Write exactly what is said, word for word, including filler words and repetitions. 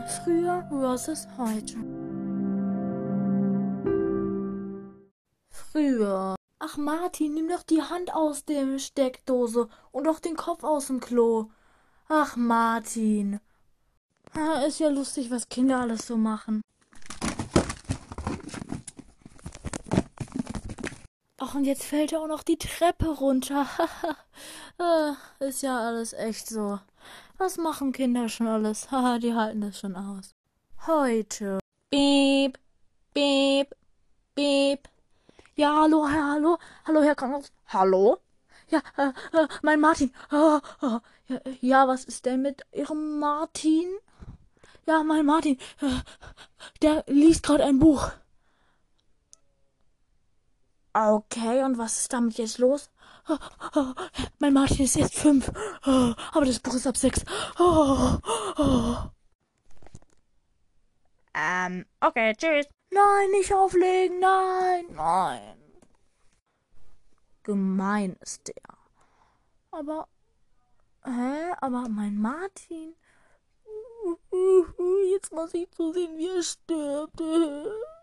Früher versus heute. Früher. Ach Martin, nimm doch die Hand aus der Steckdose und doch den Kopf aus dem Klo. Ach Martin. Ah, ist ja lustig, was Kinder alles so machen. Ach, und jetzt fällt er auch noch die Treppe runter. Ah, ist ja alles echt so. Was machen Kinder schon alles? Haha, die halten das schon aus. Heute. Beep, beep, beep. Ja, hallo, Herr, hallo, hallo, Herr Krankenhaus. Hallo? Ja, äh, äh, mein Martin. Oh, oh, ja, ja, was ist denn mit Ihrem Martin? Ja, mein Martin, äh, der liest gerade ein Buch. Okay, und was ist damit jetzt los? Oh, oh, mein Martin ist jetzt fünf, oh, aber das Buch ist ab sechs. Oh, oh. Ähm, okay, tschüss. Nein, nicht auflegen, nein, nein. Gemein ist der. Aber, hä? Aber mein Martin. Jetzt muss ich zusehen, wie er stirbt.